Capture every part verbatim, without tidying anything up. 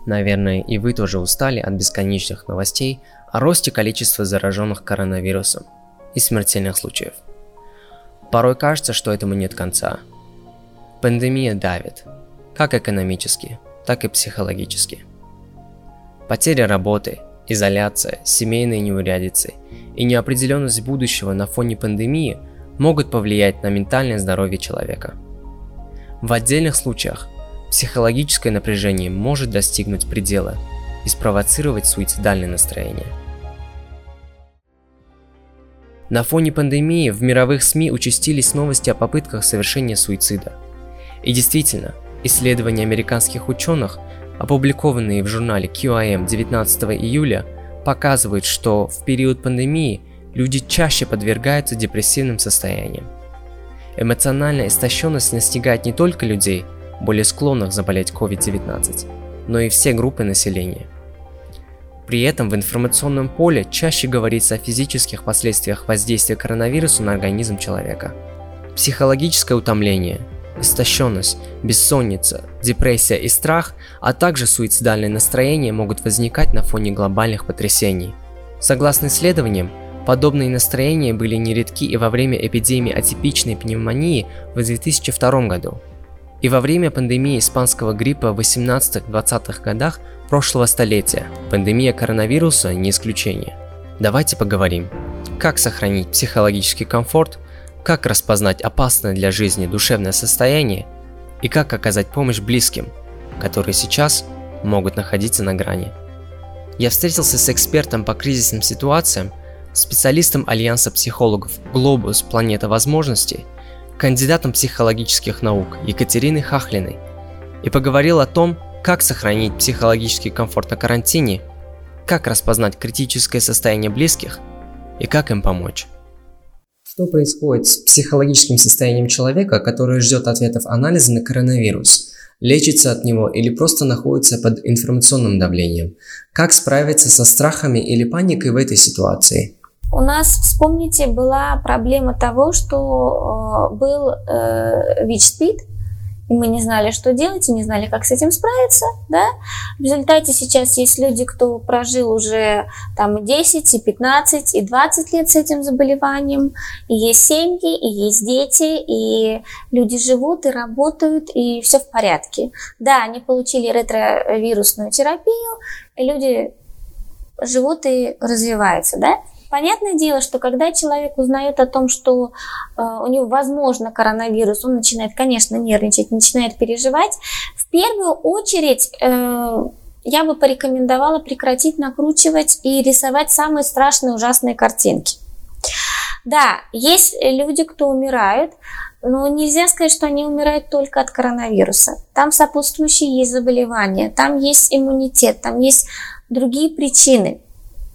Наверное, и вы тоже устали от бесконечных новостей о росте количества зараженных коронавирусом и смертельных случаев. Порой кажется, что этому нет конца. Пандемия давит, как экономически, так и психологически. Потеря работы, изоляция, семейные неурядицы и неопределенность будущего на фоне пандемии могут повлиять на ментальное здоровье человека. В отдельных случаях психологическое напряжение может достигнуть предела и спровоцировать суицидальное настроение. На фоне пандемии в мировых СМИ участились новости о попытках совершения суицида. И действительно, исследования американских ученых, опубликованные в журнале Q I M девятнадцатого июля, показывают, что в период пандемии люди чаще подвергаются депрессивным состояниям. Эмоциональная истощенность настигает не только людей, более склонных заболеть ковид девятнадцать, но и все группы населения. При этом в информационном поле чаще говорится о физических последствиях воздействия коронавируса на организм человека. Психологическое утомление, истощенность, бессонница, депрессия и страх, а также суицидальное настроение могут возникать на фоне глобальных потрясений. Согласно исследованиям, подобные настроения были нередки и во время эпидемии атипичной пневмонии в две тысячи втором году, и во время пандемии испанского гриппа в восемнадцатых-двадцатых годах прошлого столетия. Пандемия коронавируса не исключение. Давайте поговорим, как сохранить психологический комфорт, как распознать опасное для жизни душевное состояние и как оказать помощь близким, которые сейчас могут находиться на грани. Я встретился с экспертом по кризисным ситуациям, специалистом Альянса психологов «Глобус. Планета возможностей», кандидатом психологических наук Екатериной Хахлиной и поговорил о том, как сохранить психологический комфорт на карантине, как распознать критическое состояние близких и как им помочь. Что происходит с психологическим состоянием человека, который ждет ответов анализа на коронавирус, лечится от него или просто находится под информационным давлением? Как справиться со страхами или паникой в этой ситуации? У нас, вспомните, была проблема того, что э, был э, ВИЧ-СПИД, и мы не знали, что делать, и не знали, как с этим справиться, да. В результате сейчас есть люди, кто прожил уже там и десять, и пятнадцать, и двадцать лет с этим заболеванием, и есть семьи, и есть дети, и люди живут, и работают, и все в порядке. Да, они получили ретровирусную терапию, и люди живут и развиваются, да. Понятное дело, что когда человек узнает о том, что э, у него возможно коронавирус, он начинает, конечно, нервничать, начинает переживать. В первую очередь э, я бы порекомендовала прекратить накручивать и рисовать самые страшные, ужасные картинки. Да, есть люди, кто умирают, но нельзя сказать, что они умирают только от коронавируса. Там сопутствующие есть заболевания, там есть иммунитет, там есть другие причины.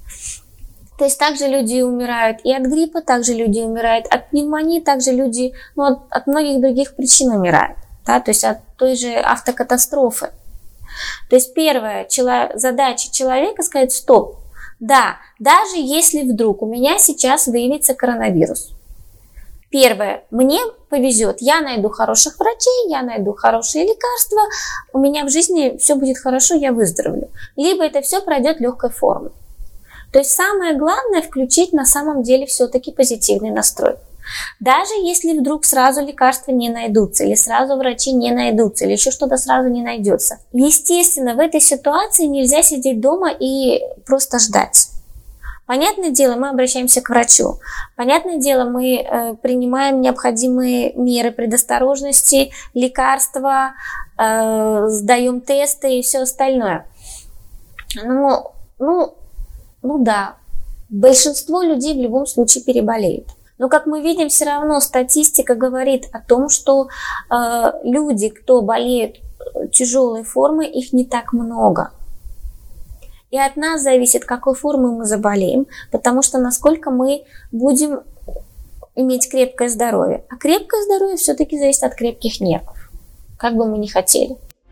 То есть также люди умирают и от гриппа, также люди умирают от пневмонии, также люди, ну, от, от многих других причин умирают, да, то есть от той же автокатастрофы. То есть первая чело- задача человека сказать: стоп, да, даже если вдруг у меня сейчас выявится коронавирус. Первое, мне повезет, я найду хороших врачей, я найду хорошие лекарства, у меня в жизни все будет хорошо, я выздоровлю. Либо это все пройдет легкой формой. То есть самое главное включить на самом деле все-таки позитивный настрой. Даже если вдруг сразу лекарства не найдутся, или сразу врачи не найдутся, или еще что-то сразу не найдется. Естественно, в этой ситуации нельзя сидеть дома и просто ждать. Понятное дело, мы обращаемся к врачу. Понятное дело, мы э, принимаем необходимые меры предосторожности, лекарства, э, сдаем тесты и все остальное. Ну, ну, ну да, большинство людей в любом случае переболеют. Но, как мы видим, все равно статистика говорит о том, что э, люди, кто болеют тяжелой формой, их не так много. И от нас зависит, какой формой мы заболеем, потому что насколько мы будем иметь крепкое здоровье. А крепкое здоровье все-таки зависит от крепких нервов, как бы мы ни хотели.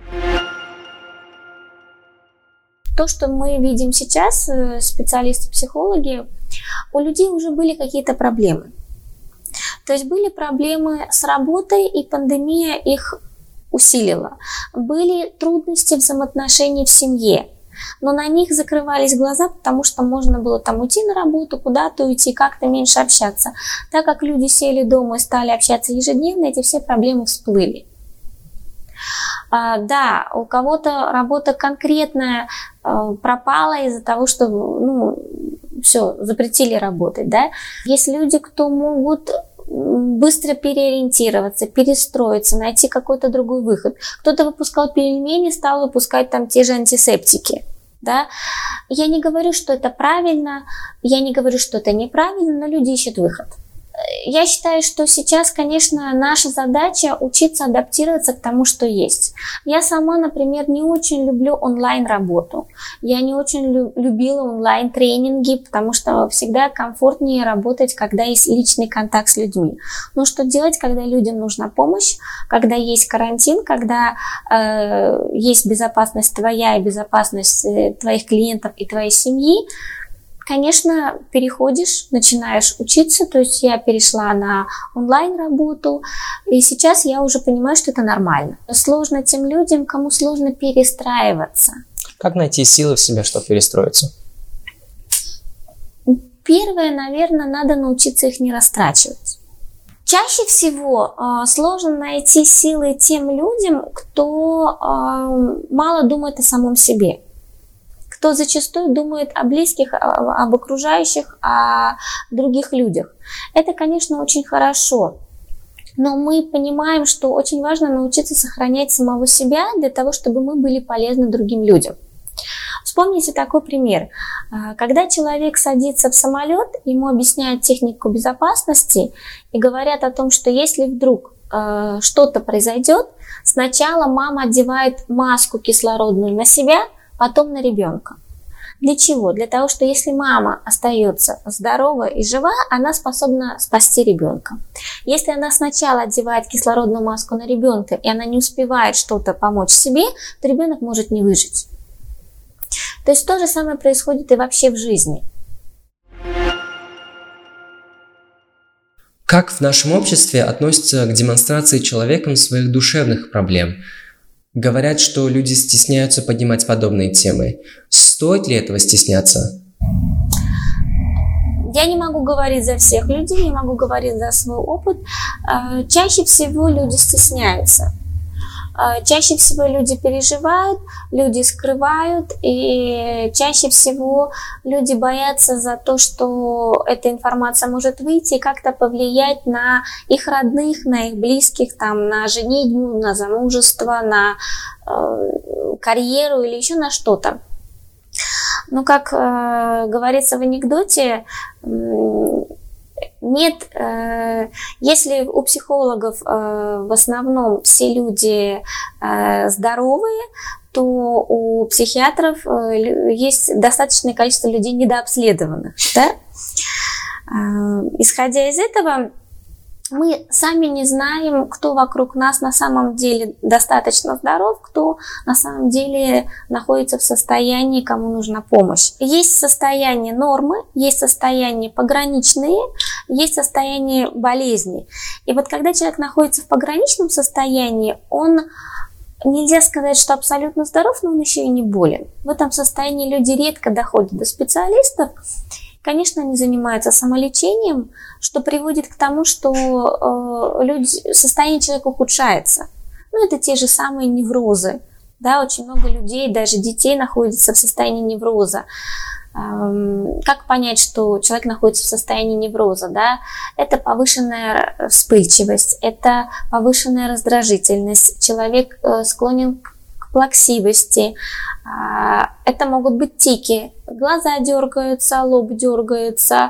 То, что мы видим сейчас, специалисты-психологи, у людей уже были какие-то проблемы. То есть были проблемы с работой, и пандемия их усилило. Были трудности взаимоотношений в семье, но на них закрывались глаза, потому что можно было там уйти на работу, куда-то уйти, как-то меньше общаться. Так как люди сели дома и стали общаться ежедневно, эти все проблемы всплыли. А, да, у кого-то работа конкретная а, пропала из-за того, что, ну, все, запретили работать, да. Есть люди, кто могут быстро переориентироваться, перестроиться, найти какой-то другой выход. Кто-то выпускал пельмени, стал выпускать там те же антисептики. Да? Я не говорю, что это правильно, я не говорю, что это неправильно, но люди ищут выход. Я считаю, что сейчас, конечно, наша задача учиться адаптироваться к тому, что есть. Я сама, например, не очень люблю онлайн-работу. Я не очень лю- любила онлайн-тренинги, потому что всегда комфортнее работать, когда есть личный контакт с людьми. Но что делать, когда людям нужна помощь, когда есть карантин, когда э, есть безопасность твоя и безопасность твоих клиентов и твоей семьи? Конечно, переходишь, начинаешь учиться, то есть я перешла на онлайн-работу, и сейчас я уже понимаю, что это нормально. Сложно тем людям, кому сложно перестраиваться. Как найти силы в себе, чтобы перестроиться? Первое, наверное, надо научиться их не растрачивать. Чаще всего э, сложно найти силы тем людям, кто э, мало думает о самом себе. Кто зачастую думает о близких, об окружающих, о других людях. Это, конечно, очень хорошо, но мы понимаем, что очень важно научиться сохранять самого себя для того, чтобы мы были полезны другим людям. Вспомните такой пример. Когда человек садится в самолет, ему объясняют технику безопасности и говорят о том, что если вдруг э, что-то произойдет, сначала мама одевает маску кислородную на себя, потом на ребенка. Для чего? Для того, что если мама остается здорова и жива, она способна спасти ребенка. Если она сначала одевает кислородную маску на ребенка, и она не успевает что-то помочь себе, то ребенок может не выжить. То есть то же самое происходит и вообще в жизни. Как в нашем обществе относятся к демонстрации человеком своих душевных проблем? Говорят, что люди стесняются поднимать подобные темы. Стоит ли этого стесняться? Я не могу говорить за всех людей, не могу говорить за свой опыт. Чаще всего люди стесняются. Чаще всего люди переживают, люди скрывают, и чаще всего люди боятся за то, что эта информация может выйти и как-то повлиять на их родных, на их близких, там, на женитьбу, на замужество, на э, карьеру или еще на что-то. Ну, как э, говорится в анекдоте, э, нет, э, если у психологов э, в основном все люди э, здоровые, то у психиатров э, есть достаточное количество людей недообследованных. Да? Э, исходя из этого, мы сами не знаем, кто вокруг нас на самом деле достаточно здоров, кто на самом деле находится в состоянии, кому нужна помощь. Есть состояние нормы, есть состояние пограничные, есть состояние болезни. И вот когда человек находится в пограничном состоянии, он, нельзя сказать, что абсолютно здоров, но он еще и не болен. В этом состоянии люди редко доходят до специалистов. Конечно, они занимаются самолечением, что приводит к тому, что э, люди, состояние человека ухудшается. Ну, это те же самые неврозы. Да, очень много людей, даже детей, находятся в состоянии невроза. Эм, как понять, что человек находится в состоянии невроза? Да? Это повышенная вспыльчивость, это повышенная раздражительность. Человек э, склонен к плаксивости. Это могут быть тики. Глаза дергаются, лоб дергается.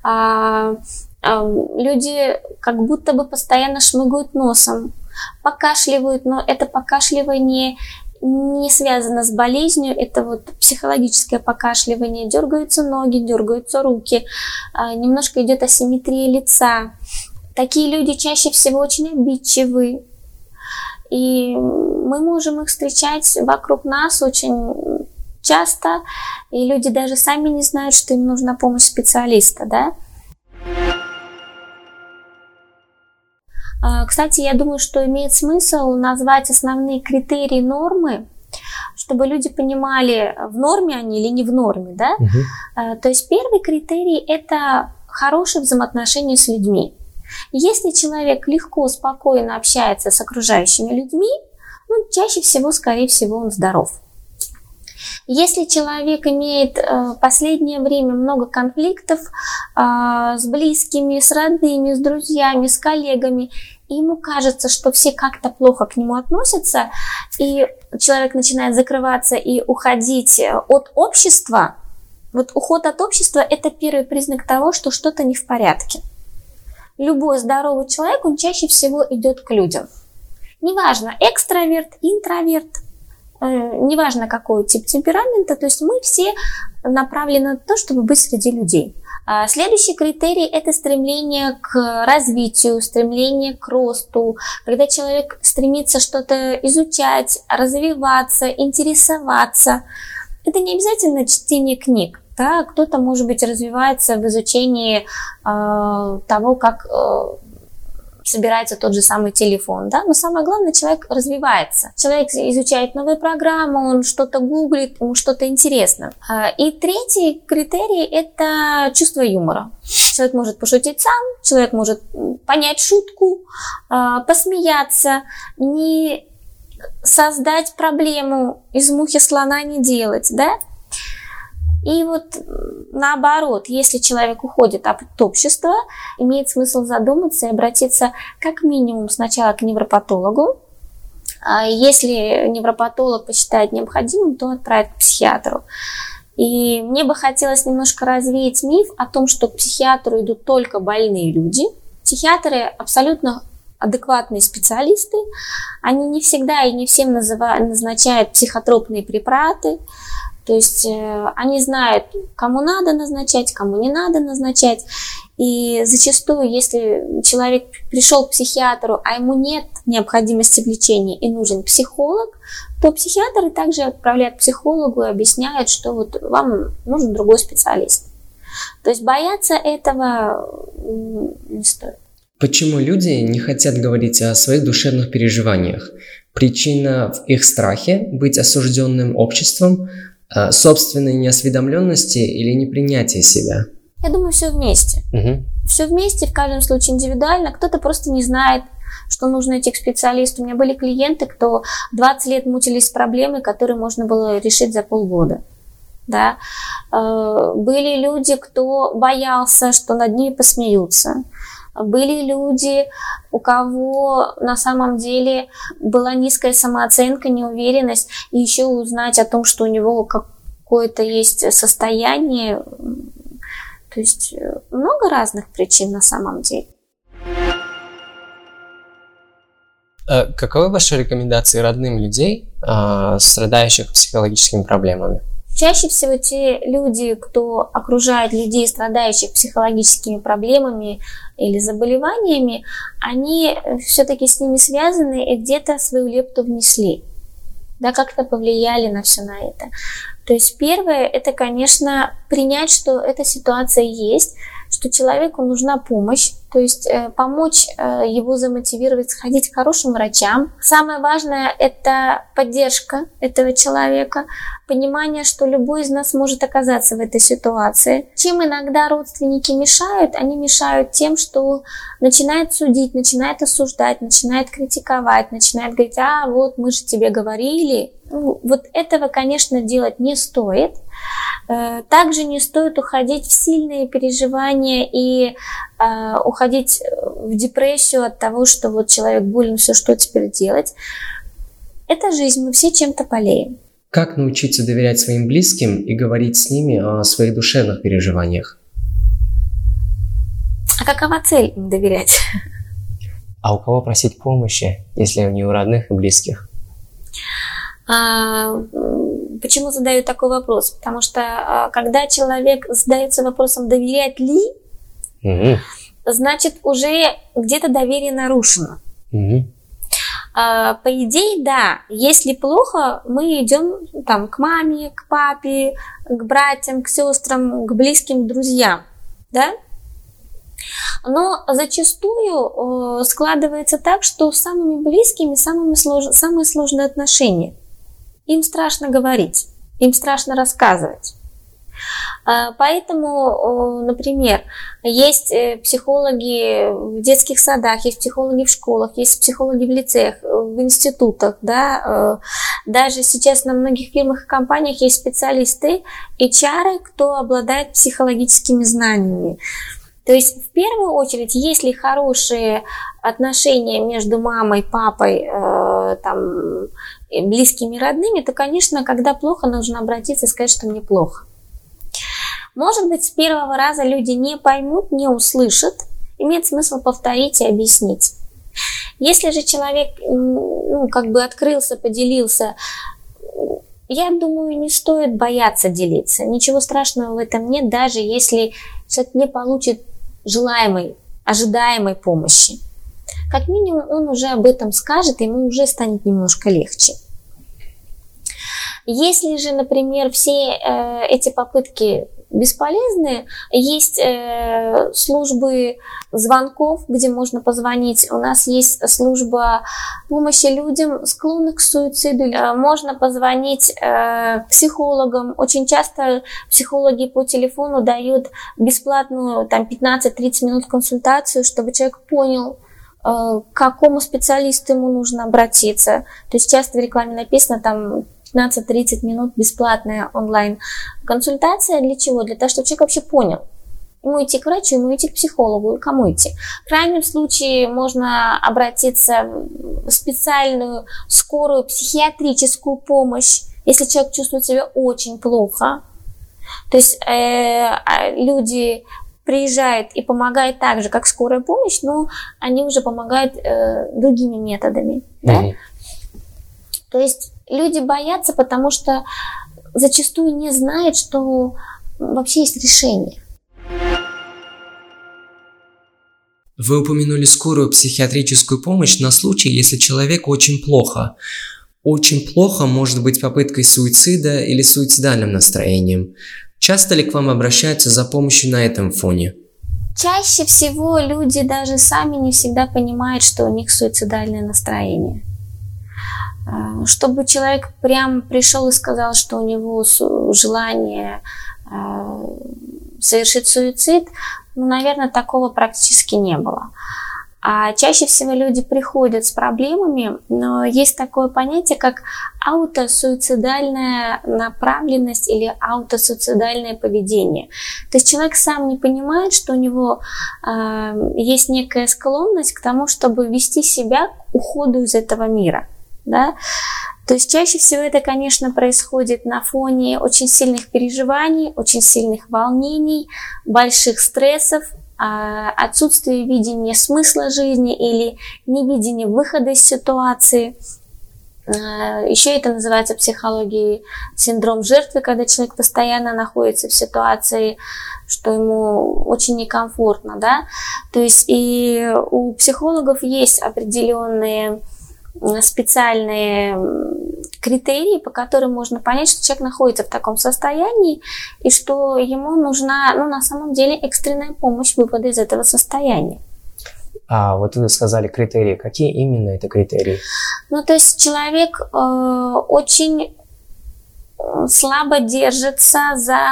Люди как будто бы постоянно шмыгают носом, покашливают, но это покашливание не связано с болезнью, это вот психологическое покашливание. Дергаются ноги, дергаются руки, немножко идет асимметрия лица. Такие люди чаще всего очень обидчивы. И мы можем их встречать вокруг нас очень часто, и люди даже сами не знают, что им нужна помощь специалиста, да? Кстати, я думаю, что имеет смысл назвать основные критерии нормы, чтобы люди понимали, в норме они или не в норме, да? Угу. То есть первый критерий – это хорошие взаимоотношения с людьми. Если человек легко, спокойно общается с окружающими людьми, ну, чаще всего, скорее всего, он здоров. Если человек имеет в последнее время много конфликтов с близкими, с родными, с друзьями, с коллегами, и ему кажется, что все как-то плохо к нему относятся, и человек начинает закрываться и уходить от общества, вот уход от общества – это первый признак того, что что-то не в порядке. Любой здоровый человек, он чаще всего идет к людям. Неважно, экстраверт, интроверт, э, неважно какой тип темперамента, то есть мы все направлены на то, чтобы быть среди людей. А следующий критерий – это стремление к развитию, стремление к росту, когда человек стремится что-то изучать, развиваться, интересоваться. Это не обязательно чтение книг. Да? Кто-то, может быть, развивается в изучении э, того, как э, собирается тот же самый телефон. Да? Но самое главное, человек развивается. Человек изучает новые программы, он что-то гуглит, ему что-то интересно. И третий критерий – это чувство юмора. Человек может пошутить сам, человек может понять шутку, э, посмеяться, не создать проблему, из мухи слона не делать, да? И вот наоборот, если человек уходит от общества, имеет смысл задуматься и обратиться как минимум сначала к невропатологу. А если невропатолог посчитает необходимым, то отправит к психиатру. И мне бы хотелось немножко развеять миф о том, что к психиатру идут только больные люди. Психиатры абсолютно адекватные специалисты, они не всегда и не всем называют, назначают психотропные препараты, то есть э, они знают, кому надо назначать, кому не надо назначать, и зачастую, если человек пришел к психиатру, а ему нет необходимости в лечении и нужен психолог, то психиатры также отправляют к психологу и объясняют, что вот вам нужен другой специалист. То есть бояться этого не стоит. Почему люди не хотят говорить о своих душевных переживаниях? Причина в их страхе быть осужденным обществом, собственной неосведомленности или непринятии себя? Я думаю, все вместе. Угу. Все вместе, в каждом случае индивидуально. Кто-то просто не знает, что нужно идти к специалисту. У меня были клиенты, кто двадцать лет мучились с проблемой, которые можно было решить за полгода. Да? Были люди, кто боялся, что над ними посмеются. Были люди, у кого на самом деле была низкая самооценка, неуверенность, и еще узнать о том, что у него какое-то есть состояние. То есть много разных причин на самом деле. Каковы ваши рекомендации родным людей, страдающих психологическими проблемами? Чаще всего те люди, кто окружает людей, страдающих психологическими проблемами или заболеваниями, они все-таки с ними связаны и где-то свою лепту внесли, да, как-то повлияли на все на это. То есть первое, это, конечно, принять, что эта ситуация есть, что человеку нужна помощь, то есть э, помочь э, его замотивировать сходить к хорошим врачам. Самое важное – это поддержка этого человека, понимание, что любой из нас может оказаться в этой ситуации. Чем иногда родственники мешают? Они мешают тем, что начинают судить, начинают осуждать, начинают критиковать, начинают говорить: а вот мы же тебе говорили. Ну, вот этого, конечно, делать не стоит. Также не стоит уходить в сильные переживания и э, уходить в депрессию от того, что вот человек болен, все, что теперь делать. Это жизнь, мы все чем-то болеем. Как научиться доверять своим близким и говорить с ними о своих душевных переживаниях? А какова цель им доверять? А у кого просить помощи, если не у родных и близких? А, почему задаю такой вопрос? Потому что когда человек задается вопросом, доверять ли, угу. значит, уже где-то доверие нарушено. Угу. А, по идее, да, если плохо, мы идем там, к маме, к папе, к братьям, к сестрам, к близким, к друзьям. Да? Но зачастую складывается так, что с самыми близкими самыми слож... самые сложные отношения. Им страшно говорить, им страшно рассказывать. Поэтому, например, есть психологи в детских садах, есть психологи в школах, есть психологи в лицеях, в институтах, да. Даже сейчас на многих фирмах и компаниях есть специалисты, эйч ар, кто обладает психологическими знаниями. То есть, в первую очередь, если хорошие отношения между мамой, папой, э, там, близкими, родными, то, конечно, когда плохо, нужно обратиться и сказать, что мне плохо. Может быть, с первого раза люди не поймут, не услышат, имеет смысл повторить и объяснить. Если же человек, ну, как бы открылся, поделился, я думаю, не стоит бояться делиться. Ничего страшного в этом нет, даже если человек не получит желаемой, ожидаемой помощи. Как минимум, он уже об этом скажет, и ему уже станет немножко легче. Если же, например, все э, эти попытки бесполезны, есть э, службы звонков, где можно позвонить. У нас есть служба помощи людям, склонным к суициду. Э, можно позвонить э, психологам. Очень часто психологи по телефону дают бесплатную там, пятнадцать-тридцать минут консультацию, чтобы человек понял, э, к какому специалисту ему нужно обратиться. То есть часто в рекламе написано там пятнадцать-тридцать минут бесплатная онлайн-консультация. Для чего? Для того, чтобы человек вообще понял. Ему идти к врачу, ему идти к психологу, кому идти. В крайнем случае можно обратиться в специальную скорую психиатрическую помощь, если человек чувствует себя очень плохо. То есть э, люди приезжают и помогают так же, как скорая помощь, но они уже помогают э, другими методами. Да? Mm-hmm. То есть люди боятся, потому что зачастую не знают, что вообще есть решение. Вы упомянули скорую психиатрическую помощь на случай, если человеку очень плохо. Очень плохо может быть попыткой суицида или суицидальным настроением. Часто ли к вам обращаются за помощью на этом фоне? Чаще всего люди даже сами не всегда понимают, что у них суицидальное настроение. Чтобы человек прям пришел и сказал, что у него желание совершить суицид, ну, наверное, такого практически не было. А чаще всего люди приходят с проблемами, но есть такое понятие, как аутосуицидальная направленность или аутосуицидальное поведение. То есть человек сам не понимает, что у него э, есть некая склонность к тому, чтобы вести себя к уходу из этого мира. Да? То есть чаще всего это, конечно, происходит на фоне очень сильных переживаний, очень сильных волнений, больших стрессов, отсутствие видения смысла жизни или невидения выхода из ситуации. Еще это называется в психологии синдром жертвы, когда человек постоянно находится в ситуации, что ему очень некомфортно. Да? То есть и у психологов есть определенные специальные критерии, по которым можно понять, что человек находится в таком состоянии и что ему нужна, ну, на самом деле, экстренная помощь выхода из этого состояния. А вот вы сказали критерии. Какие именно это критерии? Ну, то есть человек э, очень слабо держится за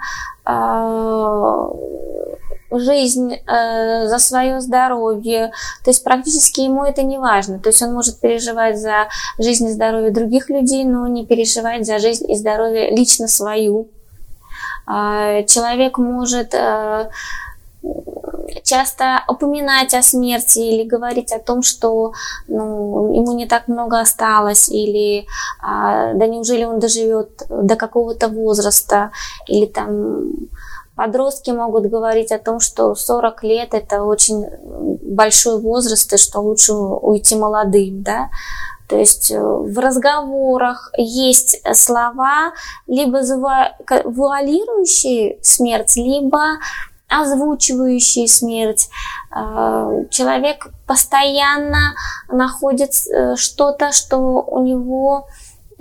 э, жизнь, э, за свое здоровье, то есть практически ему это не важно, то есть он может переживать за жизнь и здоровье других людей, но не переживать за жизнь и здоровье лично свою. Э, человек может э, часто упоминать о смерти или говорить о том, что ну, ему не так много осталось, или а, да неужели он доживет до какого-то возраста, или там подростки могут говорить о том, что сорок лет это очень большой возраст, и что лучше уйти молодым, да. То есть в разговорах есть слова, либо вуалирующие смерть, либо озвучивающие смерть. Человек постоянно находит что-то, что у него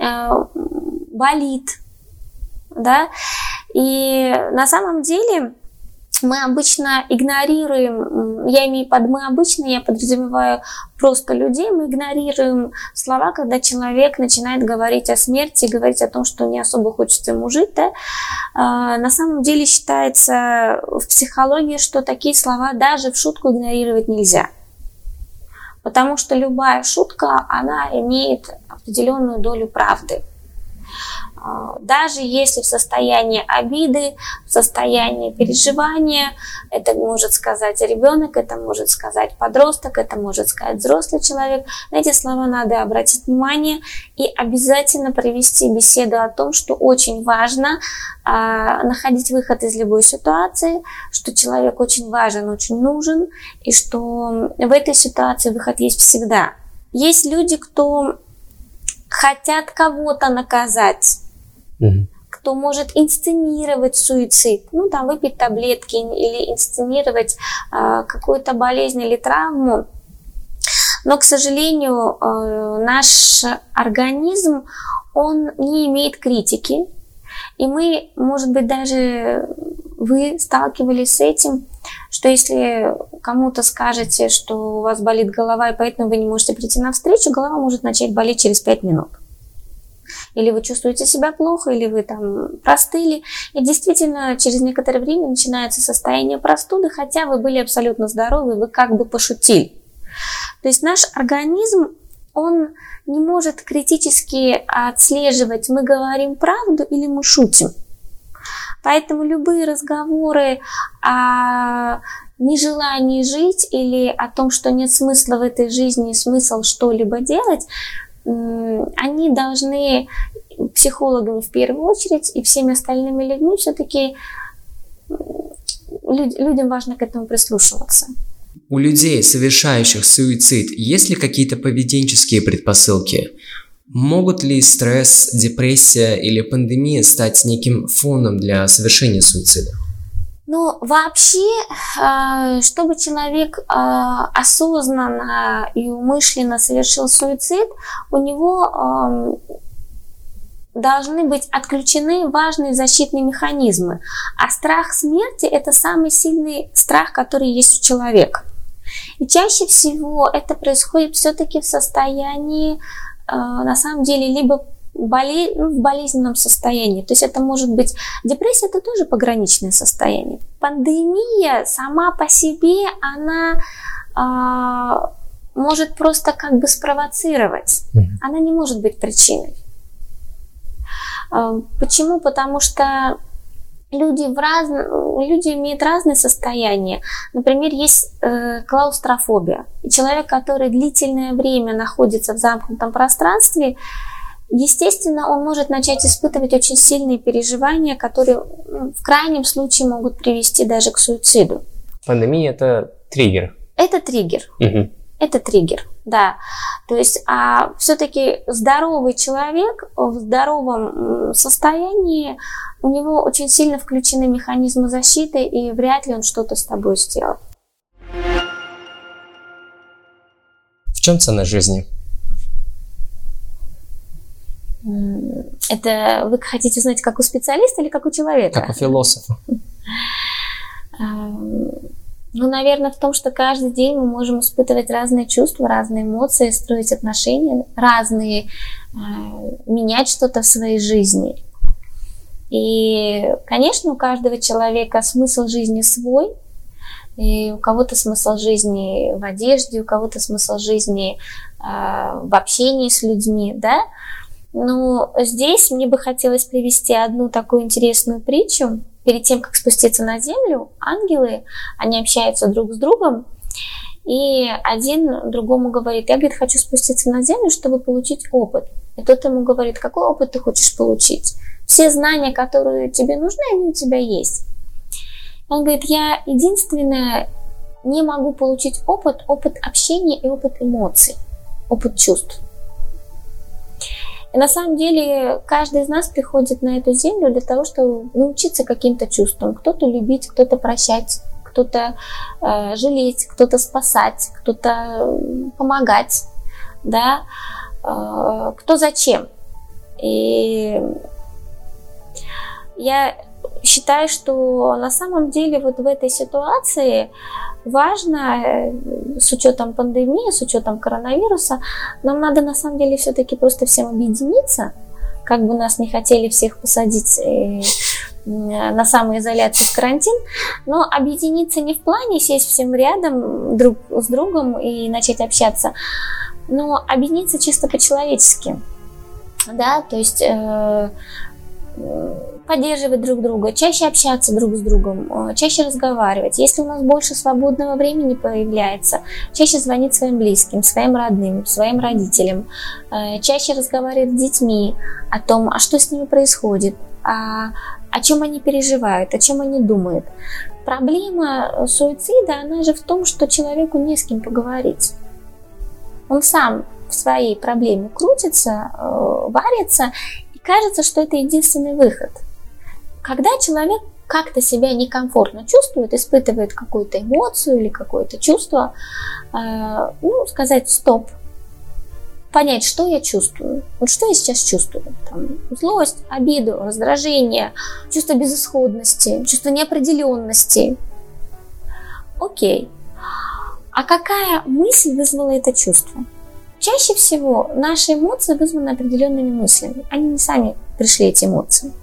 болит, да. И на самом деле мы обычно игнорируем, я имею под мы обычно, я подразумеваю просто людей, мы игнорируем слова, когда человек начинает говорить о смерти, говорить о том, что не особо хочется ему жить. Да? А, на самом деле считается в психологии, что такие слова даже в шутку игнорировать нельзя. Потому что любая шутка, она имеет определенную долю правды. Даже если в состоянии обиды, в состоянии переживания, это может сказать ребенок, это может сказать подросток, это может сказать взрослый человек. На эти слова надо обратить внимание и обязательно провести беседу о том, что очень важно а, находить выход из любой ситуации, что человек очень важен, очень нужен, и что в этой ситуации выход есть всегда. Есть люди, кто хотят кого-то наказать, кто может инсценировать суицид, ну там выпить таблетки или инсценировать э, какую-то болезнь или травму. Но, к сожалению, э, наш организм, он не имеет критики. И мы, может быть, даже вы сталкивались с этим, что если кому-то скажете, что у вас болит голова, и поэтому вы не можете прийти на встречу, голова может начать болеть через пять минут. Или вы чувствуете себя плохо, или вы там простыли. И действительно, через некоторое время начинается состояние простуды, хотя вы были абсолютно здоровы, вы как бы пошутили. То есть наш организм, он не может критически отслеживать, мы говорим правду или мы шутим. Поэтому любые разговоры о нежелании жить или о том, что нет смысла в этой жизни, смысл что-либо делать, они должны психологами в первую очередь и всеми остальными людьми все-таки людям важно к этому прислушиваться. У людей, совершающих суицид, есть ли какие-то поведенческие предпосылки? Могут ли стресс, депрессия или пандемия стать неким фоном для совершения суицида? Ну, вообще, чтобы человек осознанно и умышленно совершил суицид, у него должны быть отключены важные защитные механизмы. А страх смерти – это самый сильный страх, который есть у человека. И чаще всего это происходит все-таки в состоянии, на самом деле, либо боле... ну, в болезненном состоянии. То есть это может быть депрессия, это тоже пограничное состояние. Пандемия сама по себе, она а, может просто как бы спровоцировать. Она не может быть причиной. А, почему? Потому что люди, в раз... люди имеют разные состояния. Например, есть э, клаустрофобия. И человек, который длительное время находится в замкнутом пространстве, естественно, он может начать испытывать очень сильные переживания, которые в крайнем случае могут привести даже к суициду. Пандемия – это триггер. Это триггер. Угу. Это триггер, да. То есть, а все-таки здоровый человек в здоровом состоянии, у него очень сильно включены механизмы защиты, и вряд ли он что-то с тобой сделает. В чем цена жизни? Это вы хотите узнать, как у специалиста или как у человека? Как у философа. Ну, наверное, в том, что каждый день мы можем испытывать разные чувства, разные эмоции, строить отношения, разные, менять что-то в своей жизни. И, конечно, у каждого человека смысл жизни свой. И у кого-то смысл жизни в одежде, у кого-то смысл жизни в общении с людьми, да? Но здесь мне бы хотелось привести одну такую интересную притчу. Перед тем, как спуститься на землю, ангелы, они общаются друг с другом, и один другому говорит: я, говорит, хочу спуститься на землю, чтобы получить опыт. И тот ему говорит: какой опыт ты хочешь получить? Все знания, которые тебе нужны, они у тебя есть. Он говорит: я единственное не могу получить опыт, опыт общения и опыт эмоций, опыт чувств. И на самом деле каждый из нас приходит на эту землю для того, чтобы научиться каким-то чувствам. Кто-то любить, кто-то прощать, кто-то э, жалеть, кто-то спасать, кто-то помогать, да, э, кто зачем. И я считаю, что на самом деле вот в этой ситуации важно, с учетом пандемии, с учетом коронавируса, нам надо на самом деле все-таки просто всем объединиться, как бы нас не хотели всех посадить на самоизоляцию, в карантин, но объединиться не в плане сесть всем рядом друг с другом и начать общаться, но объединиться чисто по-человечески, да, то есть э, поддерживать друг друга, чаще общаться друг с другом, чаще разговаривать. Если у нас больше свободного времени появляется, чаще звонить своим близким, своим родным, своим родителям, чаще разговаривать с детьми о том, а что с ними происходит, а, о чем они переживают, о чем они думают. Проблема суицида, она же в том, что человеку не с кем поговорить. Он сам в своей проблеме крутится, варится, и кажется, что это единственный выход. Когда человек как-то себя некомфортно чувствует, испытывает какую-то эмоцию или какое-то чувство, ну, сказать стоп, понять, что я чувствую. Вот что я сейчас чувствую? Там, злость, обиду, раздражение, чувство безысходности, чувство неопределенности. Окей. А какая мысль вызвала это чувство? Чаще всего наши эмоции вызваны определенными мыслями. Они не сами пришли, эти эмоции.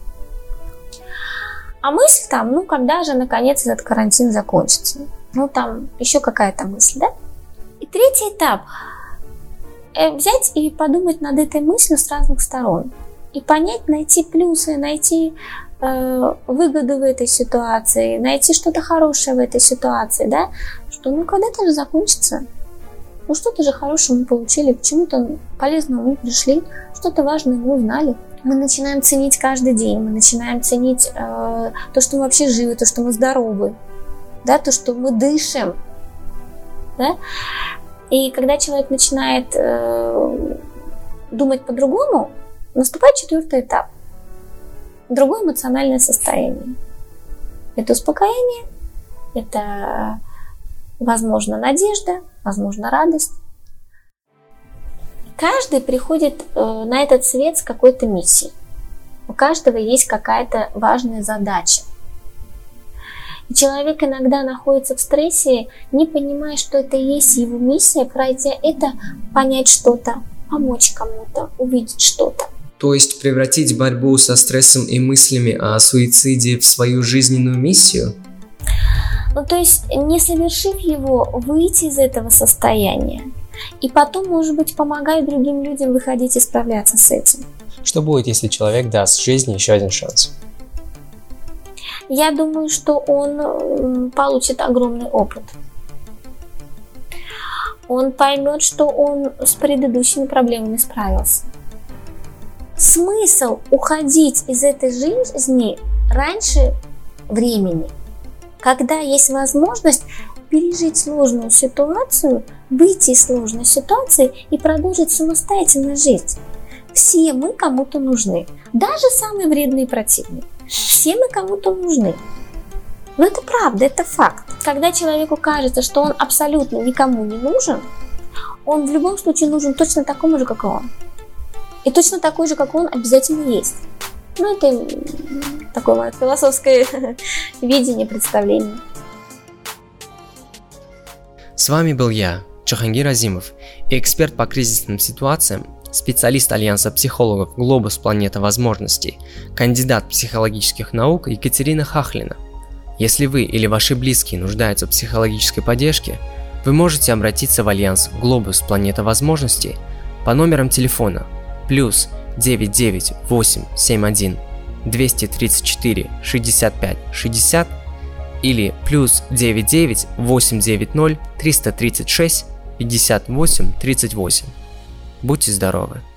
А мысль там, ну, когда же наконец этот карантин закончится? Ну, там еще какая-то мысль, да? И третий этап. Взять и подумать над этой мыслью с разных сторон. И понять, найти плюсы, найти э, выгоду в этой ситуации, найти что-то хорошее в этой ситуации, да? Что, ну, когда-то же закончится. Ну, что-то же хорошее мы получили, к чему-то полезному мы пришли, что-то важное мы узнали. Мы начинаем ценить каждый день, мы начинаем ценить э, то, что мы вообще живы, то, что мы здоровы, да, то, что мы дышим, да. И когда человек начинает э, думать по-другому, наступает четвертый этап. Другое эмоциональное состояние. Это успокоение, это, возможно, надежда, возможно, радость. Каждый приходит э, на этот свет с какой-то миссией. У каждого есть какая-то важная задача. И человек иногда находится в стрессе, не понимая, что это и есть его миссия, хотя это понять что-то, помочь кому-то, увидеть что-то. То есть превратить борьбу со стрессом и мыслями о суициде в свою жизненную миссию? Ну, то есть, не совершив его, выйти из этого состояния. И потом, может быть, помогать другим людям выходить и справляться с этим. Что будет, если человек даст жизни еще один шанс? Я думаю, что он получит огромный опыт. Он поймет, что он с предыдущими проблемами справился. Смысл уходить из этой жизни раньше времени, когда есть возможность пережить сложную ситуацию, выйти из сложной ситуации и продолжить самостоятельно жить. Все мы кому-то нужны, даже самые вредные противники. Все мы кому-то нужны. Но это правда, это факт. Когда человеку кажется, что он абсолютно никому не нужен, он в любом случае нужен точно такому же, как и он. И точно такой же, как он, обязательно есть. Ну, это такое мое философское видение, представление. С вами был я, Джахангир Азимов, эксперт по кризисным ситуациям, специалист Альянса психологов «Глобус. Планета возможностей», кандидат психологических наук Екатерина Хахлина. Если вы или ваши близкие нуждаются в психологической поддержке, вы можете обратиться в Альянс «Глобус. Планета возможностей» по номерам телефона плюс девять девять восемь семь один двести тридцать четыре шестьдесят пять шестьдесят или плюс девять девять восемь девять ноль триста тридцать шесть пятьдесят восемь тридцать восемь. Будьте здоровы!